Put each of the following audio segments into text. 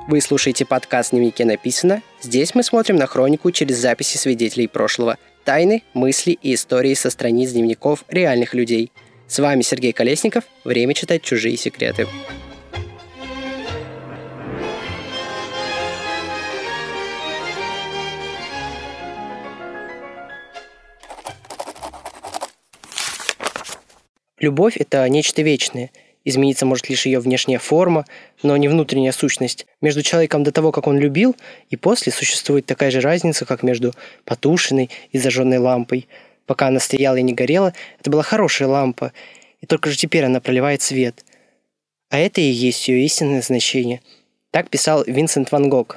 Вы слушаете подкаст «Дневнике написано». Здесь мы смотрим на хронику через записи свидетелей прошлого, тайны, мысли и истории со страниц дневников реальных людей. С вами Сергей Колесников. Время читать чужие секреты. Любовь – это нечто вечное. Измениться может лишь ее внешняя форма, но не внутренняя сущность. Между человеком до того, как он любил, и после существует такая же разница, как между потушенной и зажженной лампой. Пока она стояла и не горела, это была хорошая лампа, и только же теперь она проливает свет. А это и есть ее истинное значение. Так писал Винсент ван Гог.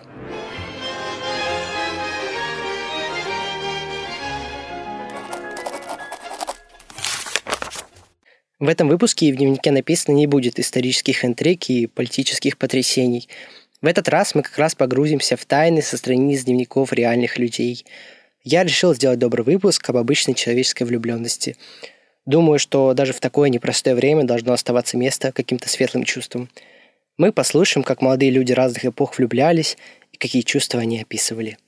В этом выпуске и в дневнике написано не будет исторических интриг и политических потрясений. В этот раз мы как раз погрузимся в тайны со страниц дневников реальных людей. Я решил сделать добрый выпуск об обычной человеческой влюбленности. Думаю, что даже в такое непростое время должно оставаться место каким-то светлым чувствам. Мы послушаем, как молодые люди разных эпох влюблялись и какие чувства они описывали.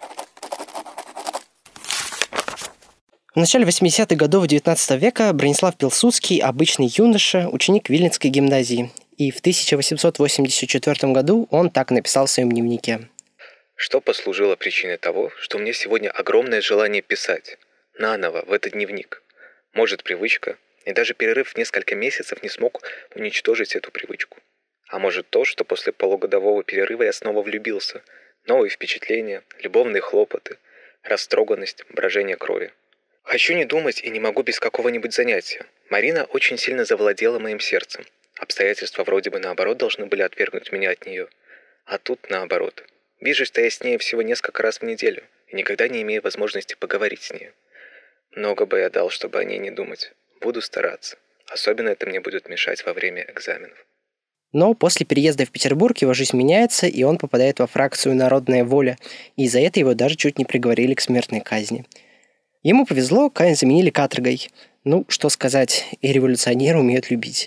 В начале 80-х годов XIX века Бронислав Пилсудский – обычный юноша, ученик Виленской гимназии. И в 1884 году он так написал в своем дневнике. Что послужило причиной того, что мне сегодня огромное желание писать? Наново, в этот дневник. Может, привычка, и даже перерыв в несколько месяцев не смог уничтожить эту привычку. А может то, что после полугодового перерыва я снова влюбился. Новые впечатления, любовные хлопоты, растроганность, брожение крови. Хочу не думать и не могу без какого-нибудь занятия. Марина очень сильно завладела моим сердцем. Обстоятельства вроде бы наоборот должны были отвергнуть меня от нее. А тут наоборот. Вижусь-то я с ней всего несколько раз в неделю и никогда не имею возможности поговорить с ней. Много бы я дал, чтобы о ней не думать. Буду стараться. Особенно это мне будет мешать во время экзаменов. Но после переезда в Петербург его жизнь меняется, и он попадает во фракцию «Народная воля», и за это его даже чуть не приговорили к смертной казни. Ему повезло, казнь заменили каторгой. Ну, что сказать, и революционеры умеют любить.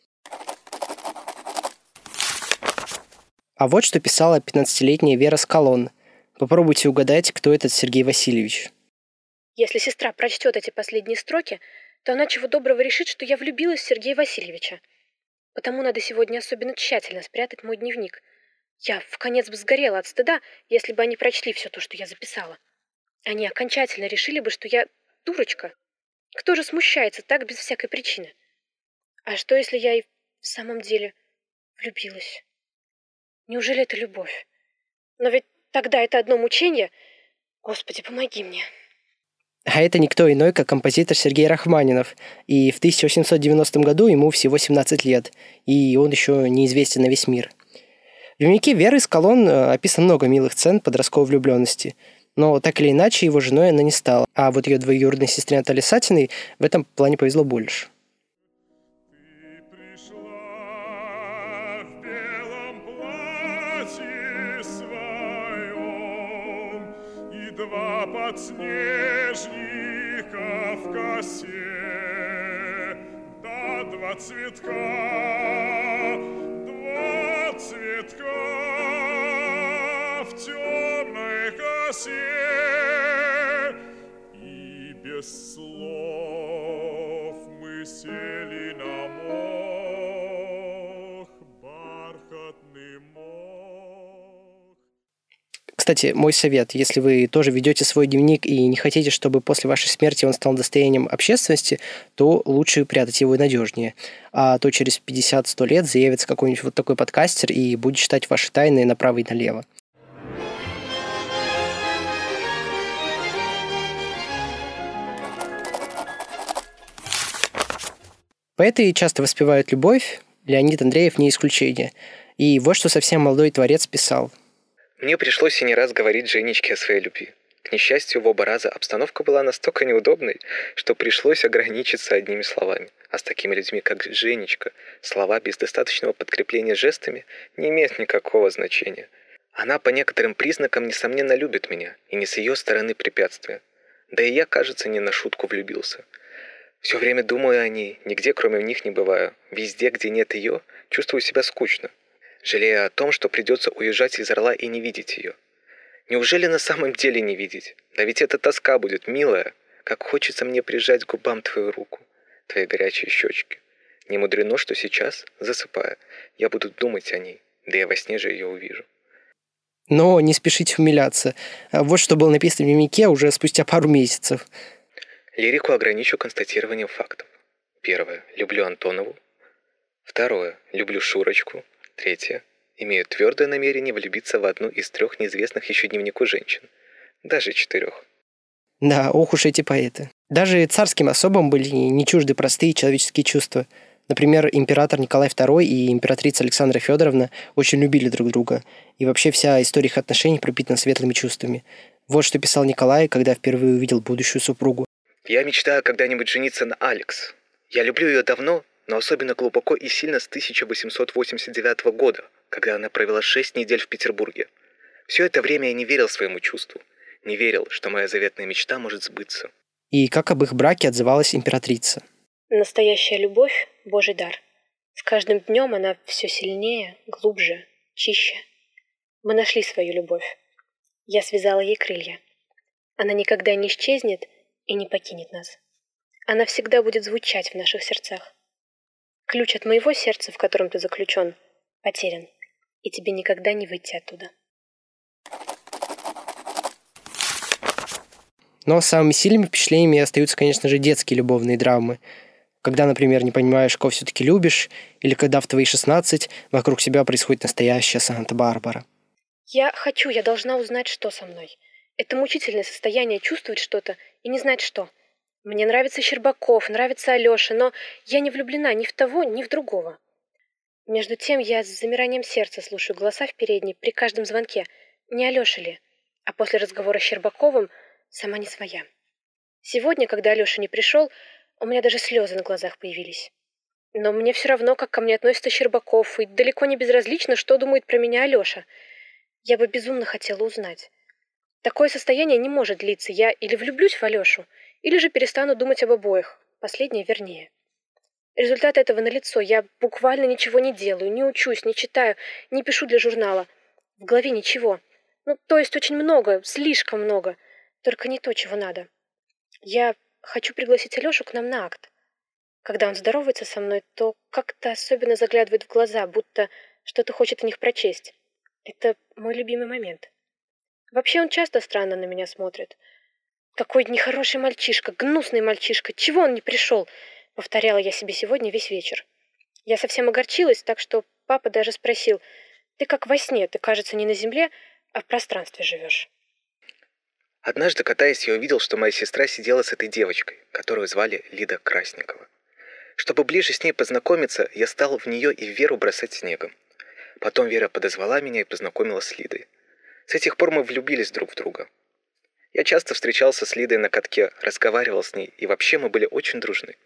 А вот что писала 15-летняя Вера Скалон. Попробуйте угадать, кто этот Сергей Васильевич. Если сестра прочтет эти последние строки, то она чего доброго решит, что я влюбилась в Сергея Васильевича. Потому надо сегодня особенно тщательно спрятать мой дневник. Я вконец бы сгорела от стыда, если бы они прочли все то, что я записала. Они окончательно решили бы, что я дурочка. Кто же смущается так без всякой причины? А что, если я и в самом деле влюбилась? Неужели это любовь? Но ведь тогда это одно мучение. Господи, помоги мне. А это никто иной, как композитор Сергей Рахманинов. И в 1890 году ему всего 17 лет. И он еще неизвестен на весь мир. В дневнике Веры Скалон описано много милых сцен подростковой влюбленности. Но так или иначе его женой она не стала. А вот ее двоюродной сестре Наталье Сатиной в этом плане повезло больше. Ты пришла в белом платье своем, и два подснежника в косе, да два цветка в темной косе, и без слов мы сели на мох, бархатный мох. Кстати, мой совет, если вы тоже ведете свой дневник и не хотите, чтобы после вашей смерти он стал достоянием общественности, то лучше прятать его надежнее. А то через 50-100 лет заявится какой-нибудь вот такой подкастер и будет читать ваши тайны направо и налево. Поэты часто воспевают любовь, Леонид Андреев не исключение. И вот что совсем молодой творец писал. Мне пришлось и не раз говорить Женечке о своей любви. К несчастью, в оба раза обстановка была настолько неудобной, что пришлось ограничиться одними словами. А с такими людьми, как Женечка, слова без достаточного подкрепления жестами не имеют никакого значения. Она по некоторым признакам, несомненно, любит меня, и не с ее стороны препятствия. Да и я, кажется, не на шутку влюбился. Все время думаю о ней, нигде кроме них не бываю. Везде, где нет ее, чувствую себя скучно. жалея о том, что придется уезжать из Орла и не видеть ее. Неужели на самом деле не видеть? Да ведь это тоска будет, милая. Как хочется мне прижать к губам твою руку, твои горячие щечки. Не мудрено, что сейчас, засыпая, я буду думать о ней, да я во сне же ее увижу. Но не спешите умиляться. Вот что было написано в дневнике уже спустя пару месяцев. Лирику ограничу констатированием фактов. Первое. Люблю Антонову. Второе. Люблю Шурочку. Третье. Имею твердое намерение влюбиться в одну из 3 неизвестных еще дневнику женщин. Даже 4. Да, ох уж эти поэты. Даже царским особам были не чужды простые человеческие чувства. Например, император Николай II и императрица Александра Федоровна очень любили друг друга. И вообще вся история их отношений пропитана светлыми чувствами. Вот что писал Николай, когда впервые увидел будущую супругу. Я мечтаю когда-нибудь жениться на Алекс. Я люблю ее давно, но особенно глубоко и сильно с 1889 года, когда она провела 6 недель в Петербурге. Все это время я не верил своему чувству. Не верил, что моя заветная мечта может сбыться. И как об их браке отзывалась императрица. Настоящая любовь – Божий дар. С каждым днем она все сильнее, глубже, чище. Мы нашли свою любовь. Я связала ей крылья. Она никогда не исчезнет и не покинет нас. Она всегда будет звучать в наших сердцах. Ключ от моего сердца, в котором ты заключен, потерян, и тебе никогда не выйти оттуда. Но самыми сильными впечатлениями остаются, конечно же, детские любовные драмы. Когда, например, не понимаешь, кого все-таки любишь, или когда в твои 16 вокруг себя происходит настоящая Санта-Барбара. Я должна узнать, что со мной. Это мучительное состояние чувствовать что-то и не знать, что. Мне нравится Щербаков, нравится Алеша, но я не влюблена ни в того, ни в другого. Между тем я с замиранием сердца слушаю голоса в передней при каждом звонке. Не Алеша ли? А после разговора с Щербаковым сама не своя. Сегодня, когда Алеша не пришел, у меня даже слезы на глазах появились. Но мне все равно, как ко мне относится Щербаков, и далеко не безразлично, что думает про меня Алеша. Я бы безумно хотела узнать. Такое состояние не может длиться. Я или влюблюсь в Алешу, или же перестану думать об обоих. Последнее вернее. Результат этого налицо. Я буквально ничего не делаю, не учусь, не читаю, не пишу для журнала. В голове ничего. То есть очень много, слишком много. Только не то, чего надо. Я хочу пригласить Алешу к нам на акт. Когда он здоровается со мной, то как-то особенно заглядывает в глаза, будто что-то хочет в них прочесть. Это мой любимый момент. Вообще он часто странно на меня смотрит. Какой нехороший мальчишка, гнусный мальчишка. Чего он не пришел? Повторяла я себе сегодня весь вечер. Я совсем огорчилась, так что папа даже спросил: ты как во сне, ты, кажется, не на земле, а в пространстве живешь. Однажды, катаясь, я увидел, что моя сестра сидела с этой девочкой, которую звали Лида Красникова. Чтобы ближе с ней познакомиться, я стал в нее и в Веру бросать снегом. Потом Вера подозвала меня и познакомила с Лидой. С этих пор мы влюбились друг в друга. Я часто встречался с Лидой на катке, разговаривал с ней, и вообще мы были очень дружны.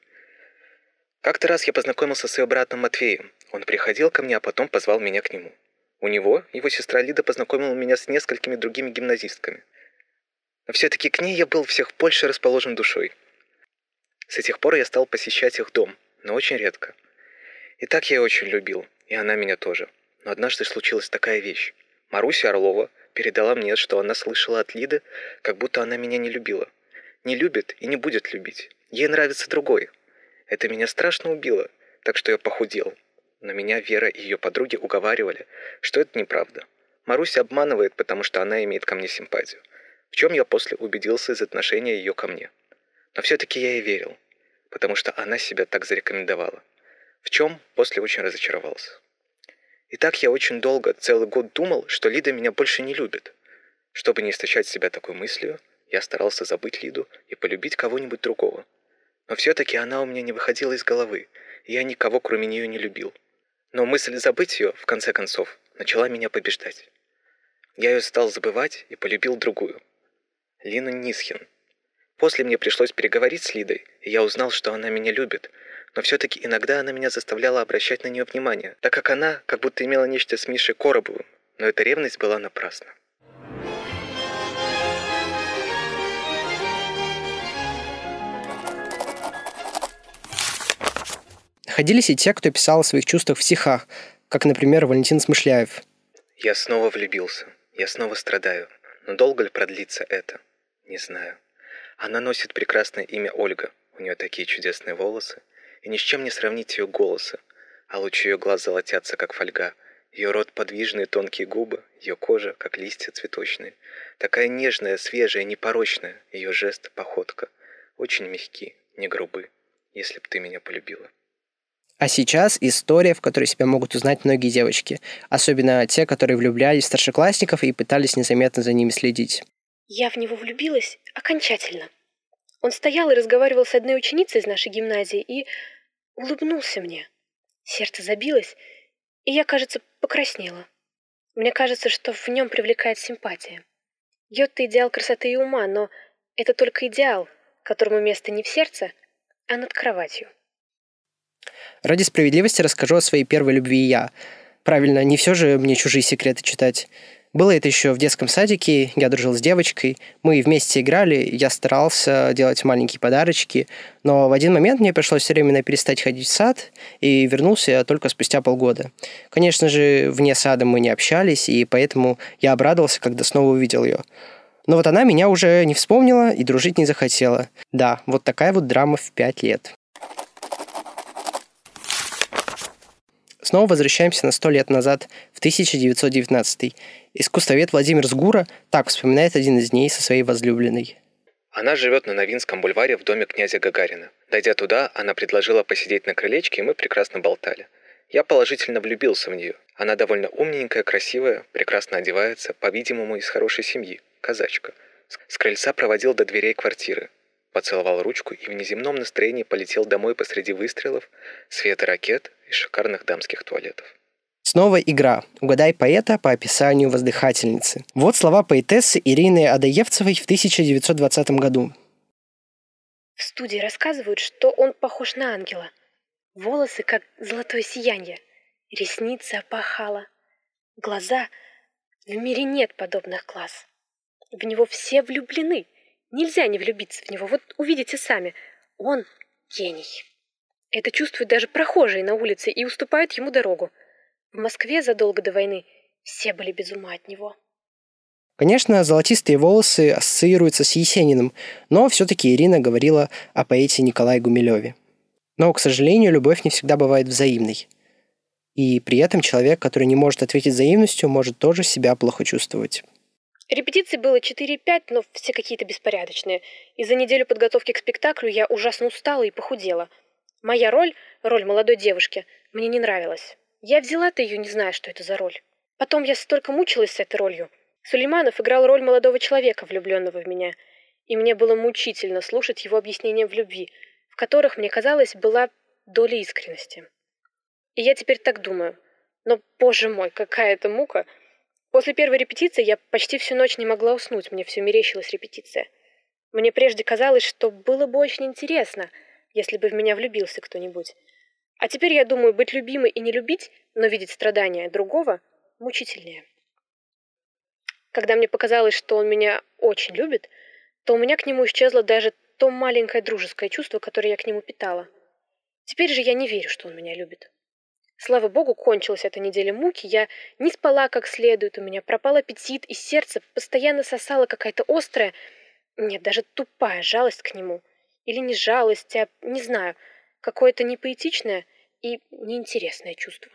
Как-то раз я познакомился с ее братом Матвеем. Он приходил ко мне, а потом позвал меня к нему. У него его сестра Лида познакомила меня с несколькими другими гимназистками. Но все-таки к ней я был всех больше расположен душой. С этих пор я стал посещать их дом, но очень редко. И так я ее очень любил, и она меня тоже. Но однажды случилась такая вещь. Маруся Орлова передала мне, что она слышала от Лиды, как будто она меня не любила. Не любит и не будет любить. Ей нравится другой. Это меня страшно убило, так что я похудел. Но меня Вера и ее подруги уговаривали, что это неправда. Маруся обманывает, потому что она имеет ко мне симпатию. В чем я после убедился из отношения ее ко мне. Но все-таки я ей верил, потому что она себя так зарекомендовала. В чем после очень разочаровался. И так я очень долго, целый год думал, что Лида меня больше не любит. Чтобы не истощать себя такой мыслью, я старался забыть Лиду и полюбить кого-нибудь другого. Но все-таки она у меня не выходила из головы, и я никого кроме нее не любил. Но мысль забыть ее, в конце концов, начала меня побеждать. Я ее стал забывать и полюбил другую. Лину Нисхин. После мне пришлось переговорить с Лидой, и я узнал, что она меня любит, но все-таки иногда она меня заставляла обращать на нее внимание, так как она как будто имела нечто с Мишей Коробовым, но эта ревность была напрасна. Находились и те, кто писал о своих чувствах в стихах. как, например, Валентин Смышляев. Я снова влюбился. Я снова страдаю. Но долго ли продлится это? Не знаю. Она носит прекрасное имя Ольга. У нее такие чудесные волосы. И ни с чем не сравнить ее голоса. А лучи ее глаз золотятся, как фольга. Ее рот подвижные тонкие губы. Ее кожа, как листья цветочные. Такая нежная, свежая, непорочная. Ее жест, походка. Очень мягкий, не грубый. Если б ты меня полюбила. А сейчас история, в которой себя могут узнать многие девочки. Особенно те, которые влюблялись в старшеклассников и пытались незаметно за ними следить. Я в него влюбилась окончательно. Он стоял и разговаривал с одной ученицей из нашей гимназии и улыбнулся мне. Сердце забилось, и я, кажется, покраснела. Мне кажется, что в нем привлекает симпатия. Гёте — идеал красоты и ума, но это только идеал, которому место не в сердце, а над кроватью. Ради справедливости расскажу о своей первой любви я. Правильно, не все же мне чужие секреты читать. Было это еще в детском садике, я дружил с девочкой, мы вместе играли, я старался делать маленькие подарочки, но в один момент мне пришлось временно перестать ходить в сад, и вернулся я только спустя полгода. Конечно же, вне сада мы не общались, и поэтому я обрадовался, когда снова увидел ее. Но вот она меня уже не вспомнила и дружить не захотела. Да, вот такая вот драма в 5 лет. Снова возвращаемся на 100 лет назад, в 1919. Искусствовед Владимир Сгура так вспоминает один из дней со своей возлюбленной. Она живет на Новинском бульваре в доме князя Гагарина. Дойдя туда, она предложила посидеть на крылечке, и мы прекрасно болтали. Я положительно влюбился в нее. Она довольно умненькая, красивая, прекрасно одевается, по-видимому, из хорошей семьи, казачка. С крыльца проводил до дверей квартиры. Поцеловал ручку и в неземном настроении полетел домой посреди выстрелов, света ракет и шикарных дамских туалетов. Снова игра. Угадай поэта по описанию воздыхательницы. Вот слова поэтессы Ирины Адаевцевой в 1920 году. В студии рассказывают, что он похож на ангела. Волосы, как золотое сияние. Ресницы опахало. Глаза. В мире нет подобных глаз. В него все влюблены. Нельзя не влюбиться в него. Вот увидите сами. Он гений. Это чувствуют даже прохожие на улице и уступают ему дорогу. В Москве задолго до войны все были без ума от него. Конечно, золотистые волосы ассоциируются с Есениным, но все-таки Ирина говорила о поэте Николае Гумилеве. Но, к сожалению, любовь не всегда бывает взаимной. И при этом человек, который не может ответить взаимностью, может тоже себя плохо чувствовать. Репетиций было 4-5, но все какие-то беспорядочные. И за неделю подготовки к спектаклю я ужасно устала и похудела. Моя роль молодой девушки, мне не нравилась. Я взяла-то ее, не зная, что это за роль. Потом я столько мучилась с этой ролью. Сулейманов играл роль молодого человека, влюбленного в меня. И мне было мучительно слушать его объяснения в любви, в которых, мне казалось, была доля искренности. И я теперь так думаю. Но, боже мой, какая это мука! После первой репетиции я почти всю ночь не могла уснуть, мне все мерещилась репетиция. Мне прежде казалось, что было бы очень интересно, если бы в меня влюбился кто-нибудь. А теперь я думаю, быть любимой и не любить, но видеть страдания другого, мучительнее. Когда мне показалось, что он меня очень любит, то у меня к нему исчезло даже то маленькое дружеское чувство, которое я к нему питала. Теперь же я не верю, что он меня любит. Слава богу, кончилась эта неделя муки, я не спала как следует, у меня пропал аппетит, и сердце постоянно сосало какая-то острая, нет, даже тупая жалость к нему. Или не жалость, а, не знаю, какое-то непоэтичное и неинтересное чувство.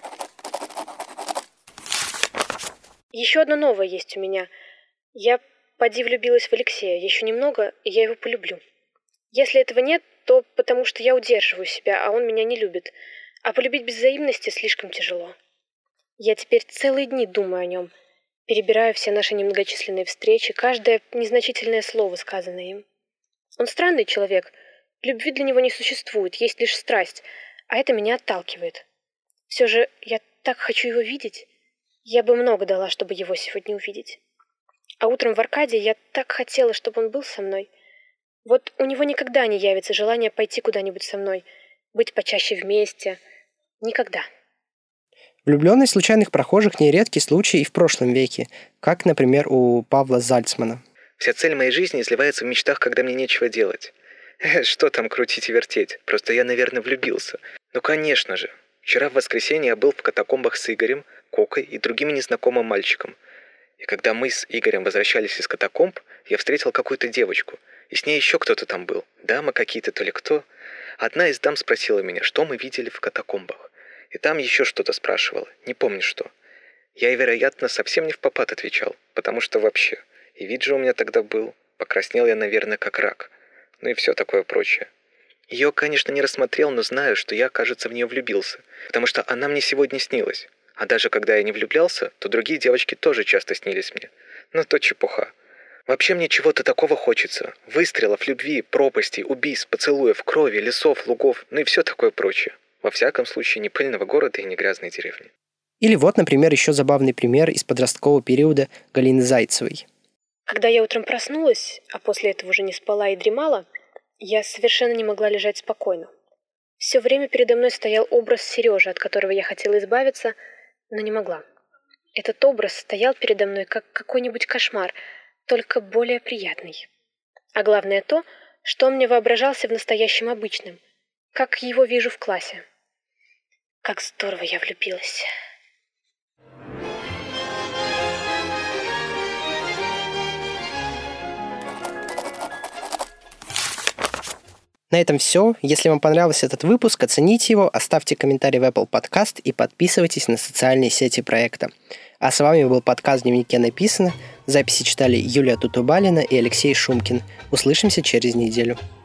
Еще одно новое есть у меня. Я поди влюбилась в Алексея, еще немного, и я его полюблю. Если этого нет, то потому что я удерживаю себя, а он меня не любит. А полюбить без взаимности слишком тяжело. Я теперь целые дни думаю о нем, перебираю все наши немногочисленные встречи, каждое незначительное слово, сказанное им. Он странный человек, любви для него не существует, есть лишь страсть, а это меня отталкивает. Все же я так хочу его видеть. Я бы много дала, чтобы его сегодня увидеть. А утром в Аркадии я так хотела, чтобы он был со мной. Вот у него никогда не явится желание пойти куда-нибудь со мной, быть почаще вместе. Никогда. Влюбленность случайных прохожих не редкий случай и в прошлом веке, как, например, у Павла Зальцмана. Вся цель моей жизни изливается в мечтах, когда мне нечего делать. Что там крутить и вертеть? Просто я, наверное, влюбился. Ну, конечно же. Вчера в воскресенье я был в катакомбах с Игорем, Кокой и другим незнакомым мальчиком. И когда мы с Игорем возвращались из катакомб, я встретил какую-то девочку. И с ней еще кто-то там был. Дамы какие-то, то ли кто. Одна из дам спросила меня, что мы видели в катакомбах. И там еще что-то спрашивала. Не помню что. Я, вероятно, совсем не впопад отвечал. Потому что вообще. И вид же у меня тогда был. Покраснел я, наверное, как рак. Ну и все такое прочее. Ее, конечно, не рассмотрел, но знаю, что я, кажется, в нее влюбился. Потому что она мне сегодня снилась. А даже когда я не влюблялся, то другие девочки тоже часто снились мне. Но то чепуха. Вообще мне чего-то такого хочется. Выстрелов, любви, пропастей, убийств, поцелуев, крови, лесов, лугов, ну и все такое прочее. Во всяком случае, не пыльного города и не грязной деревни. Или вот, например, еще забавный пример из подросткового периода Галины Зайцевой. Когда я утром проснулась, а после этого уже не спала и дремала, я совершенно не могла лежать спокойно. Все время передо мной стоял образ Сережи, от которого я хотела избавиться, но не могла. Этот образ стоял передо мной как какой-нибудь кошмар, только более приятный. А главное то, что он мне воображался в настоящем обычном, как его вижу в классе. Как здорово я влюбилась. На этом все. Если вам понравился этот выпуск, оцените его, оставьте комментарий в Apple Podcast и подписывайтесь на социальные сети проекта. А с вами был подкаст «В дневнике написано». Записи читали Юлия Тутубалина и Алексей Шумкин. Услышимся через неделю.